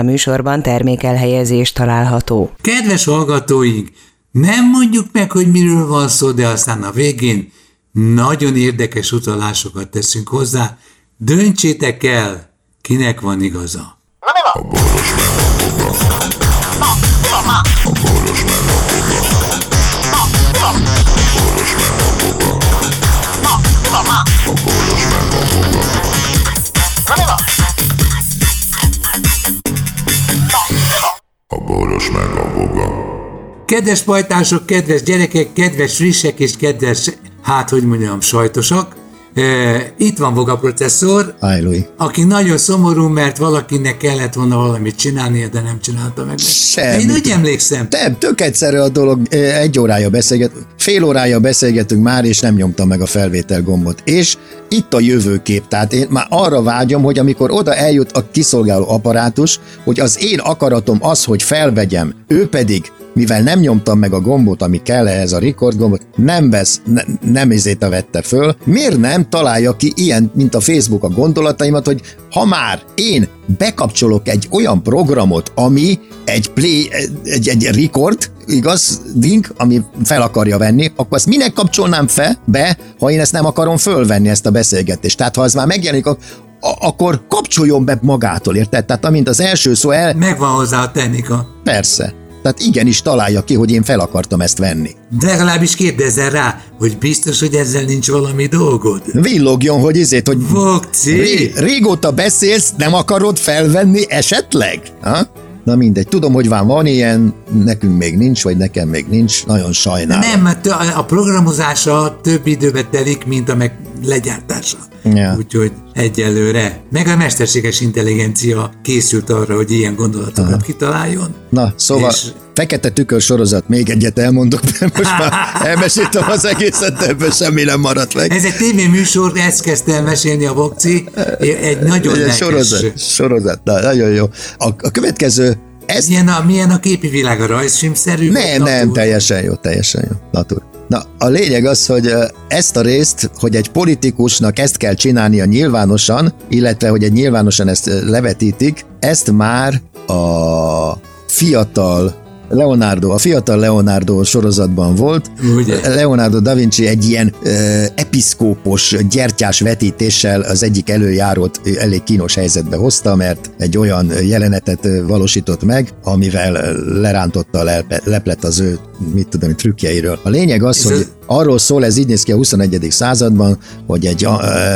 műsorban termékelhelyezés található. Kedves hallgatóink, nem mondjuk meg, hogy miről van szó, de aztán a végén nagyon érdekes utalásokat teszünk hozzá. Döntsétek el, kinek van igaza. Na mi van? A boros meg a boga. Na, mi van már? A boros meg a boga. Na, mi van? A boros meg a boga. Na, mi van már? A boros meg a boga. Na mi van? Na, mi van? A boros meg a boga. Kedves pajtások, kedves gyerekek, kedves frissek és kedves, sajtosak. Itt van Voga processzor, aki nagyon szomorú, mert valakinek kellett volna valamit csinálnia, de nem csinálta meg. Én úgy emlékszem. Tök egyszerű a dolog, fél órája beszélgetünk már, és nem nyomtam meg a felvétel gombot. És itt a jövőkép, tehát én már arra vágyom, hogy amikor oda eljut a kiszolgáló apparátus, hogy az én akaratom az, hogy felvegyem, ő pedig, mivel nem nyomtam meg a gombot, ami kell ehhez a record gombot, nem vette föl. Miért nem találja ki ilyen, mint a Facebook a gondolataimat, hogy ha már én bekapcsolok egy olyan programot, ami egy record, igaz, link, ami fel akarja venni, akkor ezt minek kapcsolnám be, ha én ezt nem akarom fölvenni, ezt a beszélgetést. Tehát ha ez már megjelenik, akkor kapcsoljon be magától, érted? Tehát amint az első szó megvan hozzá a technika. Persze. Tehát igenis találja ki, hogy én fel akartam ezt venni. De legalábbis kérdezzen rá, hogy biztos, hogy ezzel nincs valami dolgod. Villogjon, hogy hogy Vokci! Régóta beszélsz, nem akarod felvenni esetleg? Ha? Na mindegy, tudom, hogy van ilyen, nekünk még nincs, vagy nekem még nincs, nagyon sajnálom. Nem, mert a programozása több időbe telik, mint a legyártása. Ja. Úgyhogy egyelőre. Meg a mesterséges intelligencia készült arra, hogy ilyen gondolatokat kitaláljon. Na, szóval Fekete tükör sorozat, még egyet elmondok, de most már elmeséltem az egészet, ebből semmi nem maradt meg. Ez egy tévéműsor, ezt kezdte elmesélni a Vokci, egy nagyon lelkes... Sorozat, na, nagyon jó. A következő... Milyen a képi világ, a rajzfilmszerű? Nem, teljesen jó, natur. Na, a lényeg az, hogy ezt a részt, hogy egy politikusnak ezt kell csinálnia nyilvánosan, illetve, hogy egy nyilvánosan ezt levetítik, ezt már a fiatal Leonardo sorozatban volt. Ugye? Leonardo da Vinci egy ilyen episzkópos gyertyás vetítéssel az egyik előjárót elég kínos helyzetbe hozta, mert egy olyan jelenetet valósított meg, amivel lerántotta a leplet az ő, trükkjeiről. A lényeg az, hogy arról szól, ez így néz ki a 21. században, hogy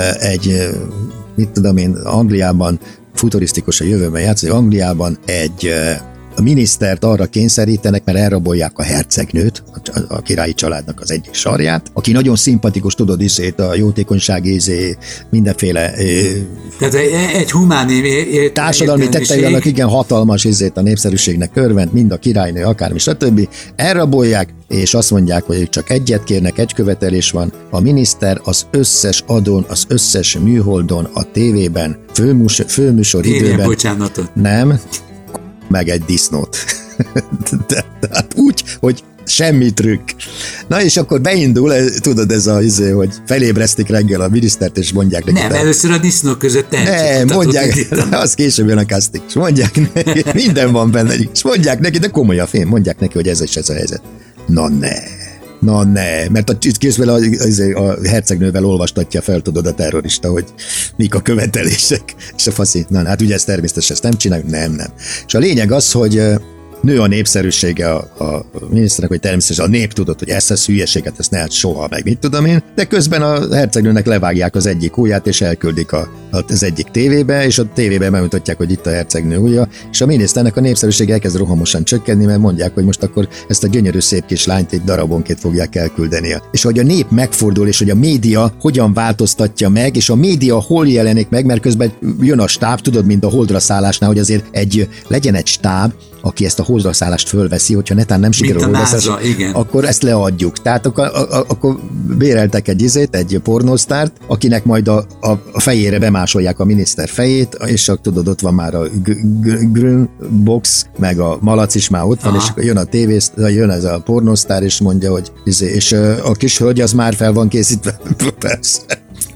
Angliában, futurisztikus a jövőben játszik, Angliában a minisztert arra kényszerítenek, mert elrabolják a hercegnőt, a királyi családnak az egyik sarját, aki nagyon szimpatikus, tudod, a jótékonysági mindenféle tehát egy humán társadalmi tetteivel, igen, hatalmas a népszerűségnek örvend, mind a királynő, akármi, stb. Elrabolják, és azt mondják, hogy ők csak egyet kérnek, egy követelés van. A miniszter az összes adón, az összes műholdon, a tévében, főműsor időben. Bocsánatot. Nem, meg egy disznót. Tehát úgy, hogy semmi trükk. Na és akkor beindul, tudod, hogy felébresztik reggel a minisztert, és mondják neki. Nem, először a disznók között mondják, az később jön a casting, és mondják neki, minden van benne, és mondják neki, de komoly a film, mondják neki, hogy ez is ez a helyzet. Na ne, mert készül a hercegnővel olvastatja fel, tudod, a terrorista, hogy mik a követelések, és a faszi, hát ugye ez természetesen ezt nem csináljuk, nem. És a lényeg az, hogy nő a népszerűsége a miniszternek, hogy természetesen a nép tudott, hogy ezt hülyeséget, ezt ne hát soha, meg mit tudom én, de közben a hercegnőnek levágják az egyik ujját, és elküldik az egyik tévébe, és a tévében bemutatják, hogy itt a hercegnő ujja, és a miniszternek a népszerűsége elkezd rohamosan csökkenni, mert mondják, hogy most akkor ezt a gyönyörű szép kis lányt egy darabonként fogják elküldeni. És hogy a nép megfordul, és hogy a média hogyan változtatja meg, és a média hol jelenik meg, mert közben jön a stáb, tudod, mint a holdra szállásnál, hogy azért legyen egy stáb, aki ezt a holdra szállást fölveszi, hogyha netán nem sikerül holdra, akkor ezt leadjuk. Tehát akkor béreltek egy pornósztárt, akinek majd a fejére bemásolják a miniszter fejét, és tudod, ott van már a grün box, meg a malac is már ott van, és jön ez a pornósztár, és mondja, hogy és a kis hölgy az már fel van készítve. Persze.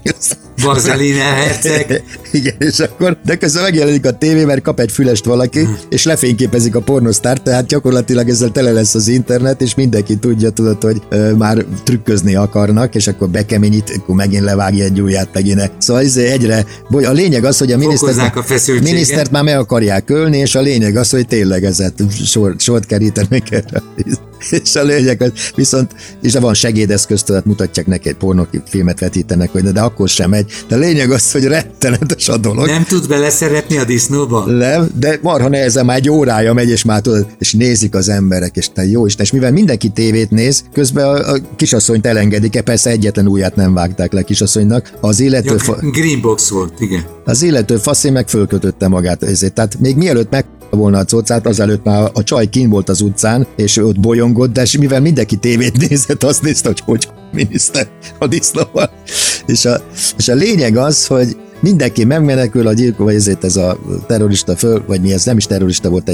Vazelina herceg. Igen, és akkor, de közben megjelenik a tévé, mert kap egy fülest valaki, és lefényképezik a pornosztárt, tehát gyakorlatilag ezzel tele lesz az internet, és mindenki tudja, tudod, hogy már trükközni akarnak, és akkor bekeményít, akkor megint levágja egy ujját, megint. Szóval egyre, a lényeg az, hogy a minisztert már meg akarják ölni, és a lényeg az, hogy tényleg ezzel sort kerítenek erre. És a lényeg az, viszont, és van segédeszköz, tehát mutatják neki egy pornófilmet vetítenek, hogy de akkor sem megy. De a lényeg az, hogy rettenetes a dolog. Nem tud beleszeretni a disznóba? Nem, de marha nehezen már egy órája megy, és már tudod, és nézik az emberek, és te jó Isten, és mivel mindenki tévét néz, közben a kisasszonyt elengedik, persze egyetlen ujját nem vágták le kisasszonynak. Az illető Greenbox volt, igen. Az illető faszé meg fölkötötte magát ezért. Tehát még mielőtt meg volna a cócát, azelőtt már a csaj kín volt az utcán, és ott bolyongott, de mivel mindenki tévét nézett, azt nézte, hogy miniszter a disznóval. És a lényeg az, hogy mindenki megmenekül, a gyilkó, vagy ezért ez a terrorista föl, vagy mi ez, nem is terrorista volt,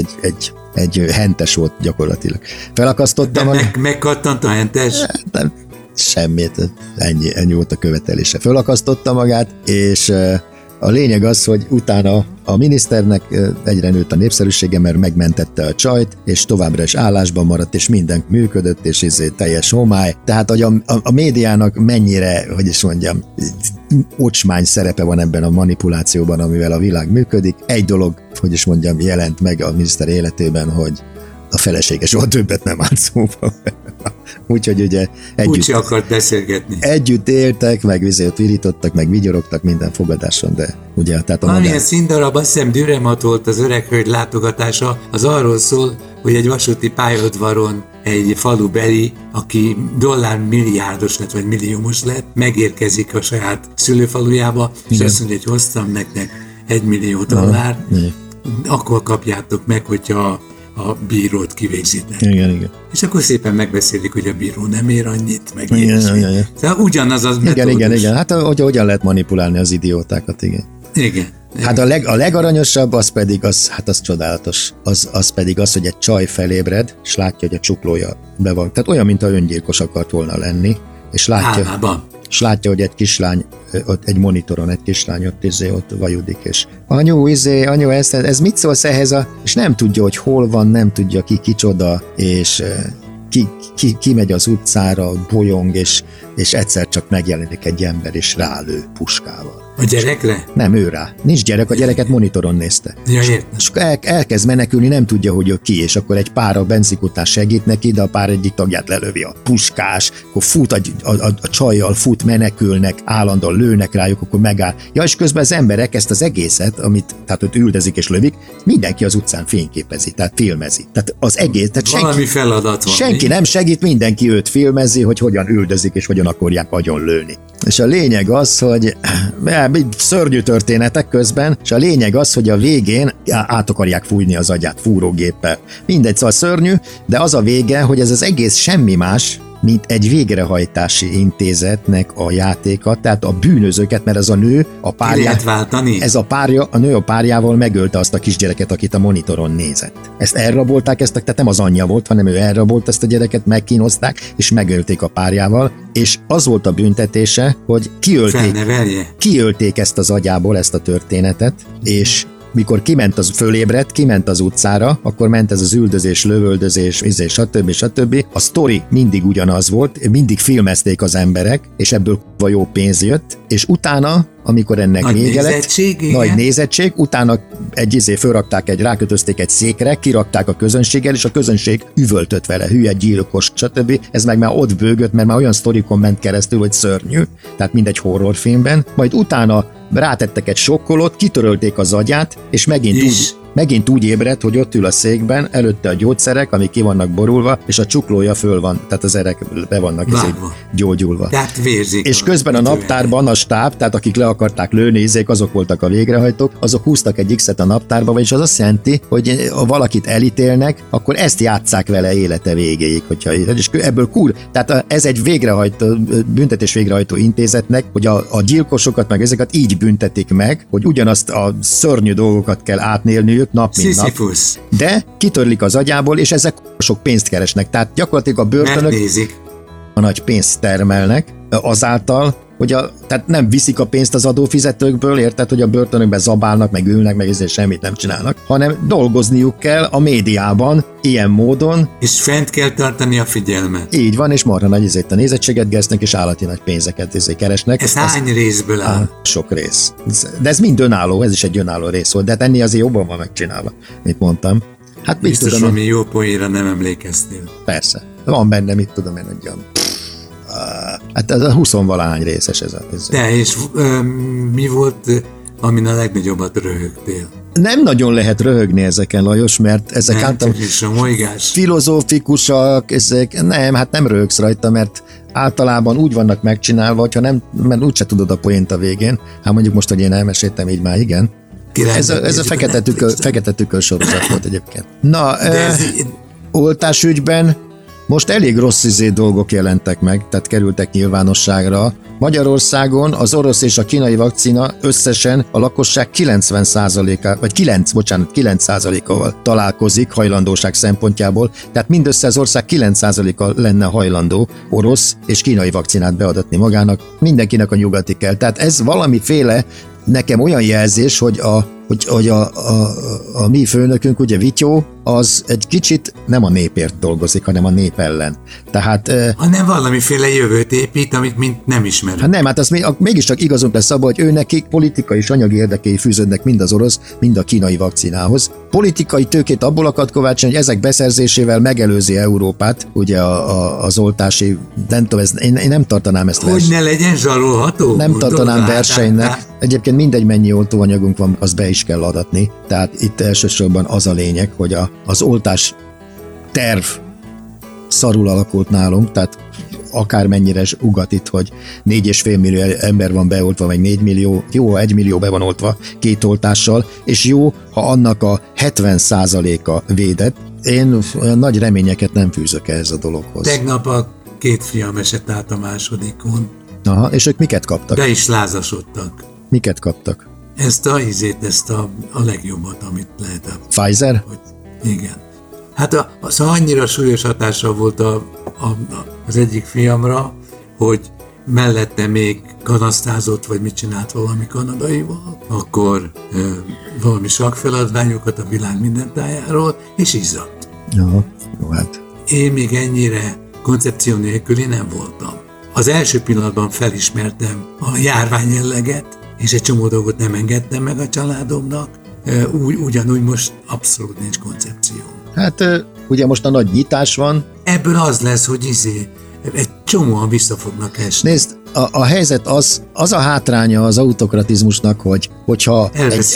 egy hentes volt gyakorlatilag. Felakasztotta megkattant a hentes? Nem, semmit, ennyi volt a követelése. Fölakasztotta magát, és a lényeg az, hogy utána a miniszternek egyre nőtt a népszerűsége, mert megmentette a csajt, és továbbra is állásban maradt, és minden működött, és teljes homály. Tehát, hogy a médiának mennyire, hogy is mondjam, ocsmány szerepe van ebben a manipulációban, amivel a világ működik. Egy dolog, hogy is mondjam, jelent meg a miniszter életében, hogy a felesége soha többet nem állt szóba. Úgyhogy ugye úgy se akart beszélgetni. Együtt éltek, meg vizet virítottak, meg vigyorogtak minden fogadáson, de ugye, tehát valamilyen színdarab, azt hiszem Düremat volt az öreg hölgy látogatása, az arról szól, hogy egy vasúti pályaudvaron egy falubeli, aki dollármilliárdos lett, vagy milliómos lett, megérkezik a saját szülőfalujába, és azt mondja, hogy hoztam nektek $1 millió, akkor kapjátok meg, hogyha a bírót kivégzitek. Igen. És akkor szépen megbeszélik, hogy a bíró nem ér annyit, meg ilyesmi. Tehát ugyanaz az metódus. Igen. Hát hogyan lehet manipulálni az idiótákat, igen. Igen. Hát a legaranyosabb az pedig, az csodálatos, az pedig az, hogy egy csaj felébred, és látja, hogy a csuklója be van. Tehát olyan, mintha öngyilkos akart volna lenni, és látja, hogy egy kislány, ott egy monitoron egy kislány ott vajudik, és anyu, ez mit szólsz ehhez és nem tudja, hogy hol van, nem tudja ki kicsoda, és ki megy az utcára, bolyong, és egyszer csak megjelenik egy ember, és rálő puskával. A gyerekre? Nem, ő rá. Nincs gyerek, a gyereket monitoron nézte. Ja, értem. És elkezd menekülni, nem tudja, hogy ő ki, és akkor egy pár a benzik után segít neki, de a pár egyik tagját lelövi a puskás, akkor fut a csajjal, menekülnek, állandóan lőnek rájuk, akkor megáll. Ja, és közben az emberek ezt az egészet, tehát ott üldözik és lövik, mindenki az utcán fényképezi, tehát filmezi. Tehát az egész, tehát valami feladat van. Senki nem segít, mindenki őt filmezi, hogy hogyan üldözik és hogyan akarják agyon lőni. És a lényeg az, hogy szörnyű történetek közben, és a lényeg az, hogy a végén át akarják fújni az agyát fúrógéppel. Mindegy, szóval szörnyű, de az a vége, hogy ez az egész semmi más, mint egy végrehajtási intézetnek a játéka, tehát a bűnözőket, mert ez a nő, a párját, a nő a párjával megölte azt a kisgyereket, akit a monitoron nézett. Ezt elrabolták, tehát nem az anyja volt, hanem ő elrabolt ezt a gyereket, megkínozták, és megölték a párjával, és az volt a büntetése, hogy kiölték ezt az agyából, ezt a történetet, és mikor fölébredt, kiment az utcára, akkor ment ez az üldözés, lövöldözés, stb. A sztori mindig ugyanaz volt, mindig filmezték az emberek, és ebből jó pénz jött, és amikor ennek vége lett, nagy nézettség, utána rákötözték egy székre, kirakták a közönséggel, és a közönség üvöltött vele, hülye, gyilkos, stb. Ez meg már ott bőgött, mert már olyan sztorikon ment keresztül, hogy szörnyű, tehát mindegy horrorfilmben, majd utána rátettek egy sokkolót, kitörölték az agyát, és megint úgy ébredt, hogy ott ül a székben, előtte a gyógyszerek, amik ki vannak borulva, és a csuklója föl van, tehát az erek be vannak gyógyulva. Tehát vérzik. És közben a naptárban a stáb, tehát akik le akarták lőni, azok voltak a végrehajtók, azok húztak egy X-et a naptárba, vagyis az azt jelenti, hogy ha valakit elítélnek, akkor ezt játsszák vele élete végéig, és ebből tehát ez egy büntetés végrehajtó intézetnek, hogy a gyilkosokat meg ezeket így büntetik meg, hogy ugyanazt a szörnyű dolgokat kell átnélniük nap mint nap, de kitörlik az agyából, és ezek sok pénzt keresnek. Tehát gyakorlatilag a börtönök a nagy pénzt termelnek azáltal, tehát nem viszik a pénzt az adófizetőkből, érted, hogy a börtönökben zabálnak, meg ülnek, meg ezért semmit nem csinálnak, hanem dolgozniuk kell a médiában, ilyen módon. És fent kell tartani a figyelmet. Így van, és marha nagy a nézettséget gesznek, és állati nagy pénzeket keresnek. Ez hány részből áll? Sok rész. De ez mind önálló, ez is egy önálló rész volt, de hát ennél azért jobban van megcsinálva, mint mondtam. Hát biztos, tudom, ami jó poénra nem emlékeztél. Persze. Van benne, mit tudom én, hogy hát ez a 20-valahány részes ez. De, és mi volt, amin a legnagyobbat röhögtél? Nem nagyon lehet röhögni ezeken, Lajos, mert ezek általában filozófikusak, ezek, hát nem röhögsz rajta, mert általában úgy vannak megcsinálva, hogyha nem, mert úgyse tudod a poént a végén. Hát mondjuk most, hogy én elmeséltem, így már igen. Ez a fekete tükör sorozat volt egyébként. Na, oltásügyben most elég rossz dolgok jelentek meg, tehát kerültek nyilvánosságra. Magyarországon az orosz és a kínai vakcina összesen a lakosság 9%-ával találkozik hajlandóság szempontjából, tehát mindössze az ország 9%-a lenne hajlandó orosz és kínai vakcinát beadatni magának, mindenkinek a nyugati kell. Tehát ez valamiféle nekem olyan jelzés, hogy a mi főnökünk, ugye Vityó, az egy kicsit nem a népért dolgozik, hanem a nép ellen. Tehát... hanem valamiféle jövőt épít, amit mint nem ismerünk. Hát nem, hát az mégiscsak igazunk lesz abban, hogy ő nekik politikai és anyagi érdekei fűződnek mind az orosz, mind a kínai vakcinához. Politikai tőkét abból akart kovácsolni, hogy ezek beszerzésével megelőzi Európát, ugye az oltási, nem tudom, én nem tartanám ezt hogy ne legyen zsarolható? Nem tartanám versenynek. Egyébként mindegy, mennyi oltóanyagunk van, az be is kell adatni. Tehát itt elsősorban az a lényeg, hogy az oltás terv szarul alakult nálunk, tehát akármennyire ugat itt, hogy 4,5 millió ember van beoltva, vagy 4 millió, jó, ha 1 millió be van oltva 2 oltással, és jó, ha annak a 70%-a védett. Én olyan nagy reményeket nem fűzök ehhez a dologhoz. Tegnap a 2 fiam esett át a másodikon. Aha, és ők miket kaptak? Be is lázasodtak. Miket kaptak? Ezt a legjobbat, amit lehet. Pfizer? Igen. Hát az annyira súlyos hatása volt az egyik fiamra, hogy mellette még kanasztázott, vagy mit csinált valami kanadaival, akkor valami sakfeladványokat a világ minden tájáról, és izzadt. Jó, hát. Én még ennyire koncepció nélküli nem voltam. Az első pillanatban felismertem a járvány jelleget, és egy csomó dolgot nem engedtem meg a családomnak, ugyanúgy most abszolút nincs koncepció. Hát ugye most a nagy nyitás van. Ebből az lesz, hogy egy csomóan vissza fognak esni. Nézd, a helyzet az a hátránya az autokratizmusnak, hogyha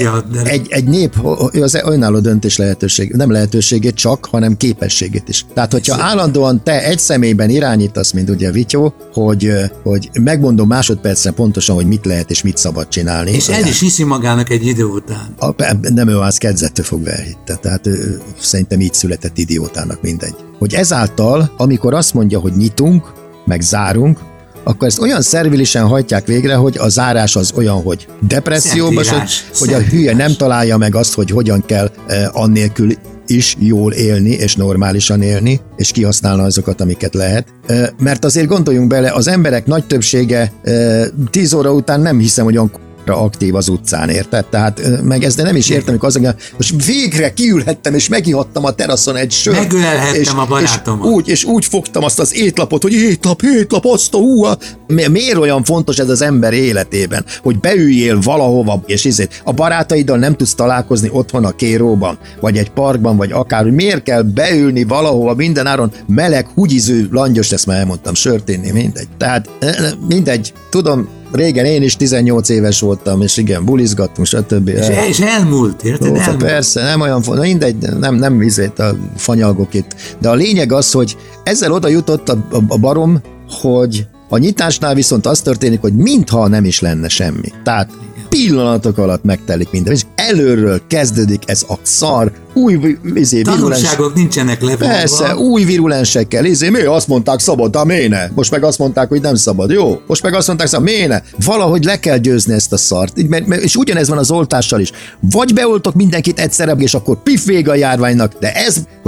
egy nép, az önálló döntés nem lehetőségét csak, hanem képességét is. Tehát, hogyha állandóan te egy személyben irányítasz, mint ugye Vityó, hogy megmondom másodpercre pontosan, hogy mit lehet és mit szabad csinálni. És el is hiszi magának egy idő után. Nem, ő az kezdettől fogva elhitte. Tehát ő szerintem így született idiótának, mindegy. Hogy ezáltal, amikor azt mondja, hogy nyitunk, meg zárunk, akkor ezt olyan szervilisen hajtják végre, hogy a zárás az olyan, hogy depresszióba, hogy a hülye nem találja meg azt, hogy hogyan kell annélkül is jól élni, és normálisan élni, és kihasználna azokat, amiket lehet. Mert azért gondoljunk bele, az emberek nagy többsége 10 óra után nem hiszem, hogy olyan aktív az utcán, érted? Tehát meg ezt nem is értem, amikor az, hogy most végre kiülhettem, és megihattam a teraszon egy sört. Megölelhettem a barátomat. És úgy fogtam azt az étlapot, hogy étlap, azt a húha. Miért olyan fontos ez az ember életében, hogy beüljél valahova, és a barátaiddal nem tudsz találkozni otthon a kéróban, vagy egy parkban, vagy akár, hogy miért kell beülni valahova mindenáron meleg, húgyiző, langyos, ezt már elmondtam, sört inni, mindegy. Tehát mindegy, tudom, régen én is 18 éves voltam, és igen, bulizgattunk, stb. És elmúlt, érted? Elmúlt. Persze, nem olyan, mindegy, nem vizét a fanyalgok itt. De a lényeg az, hogy ezzel oda jutott a barom, hogy a nyitásnál viszont az történik, hogy mintha nem is lenne semmi. Tehát pillanatok alatt megtelik minden, és előről kezdődik ez a szar, új tanulságok nincsenek levonva. Persze, új virulensekkel, mi azt mondták szabad, méne. Most meg azt mondták, hogy nem szabad, jó? Most meg azt mondták szabad, méne. Valahogy le kell győzni ezt a szart. És ugyanez van az oltással is. Vagy beoltok mindenkit egyszerre, és akkor pif vége a járványnak, de ez, hogy így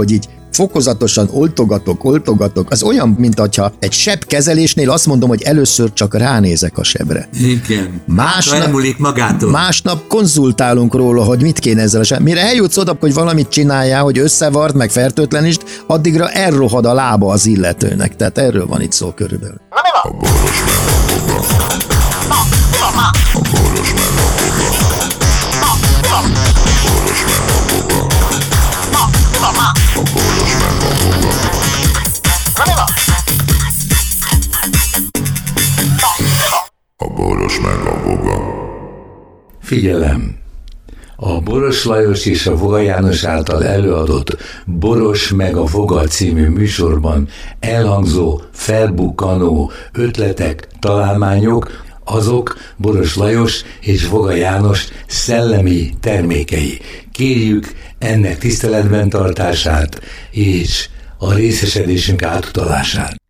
fokozatosan oltogatok, az olyan, mint hogyha egy sebkezelésnél azt mondom, hogy először csak ránézek a sebre. Igen. Másnap konzultálunk róla, hogy mit kéne ezzel a seb. Mire eljutsz oda, hogy valamit csináljál, hogy összevard, meg fertőtlenítsd, addigra elrohad a lába az illetőnek. Tehát erről van itt szó körülbelül. A boros meg a boga. A boros meg a boga. A boros meg a boga. A boros meg a boga. A boros meg a boga. Figyelem! A Boros Lajos és a Voga János által előadott Boros meg a Voga című műsorban elhangzó, felbukkanó ötletek, találmányok, azok Boros Lajos és Voga János szellemi termékei. Kérjük ennek tiszteletben tartását és a részesedésünk átutalását.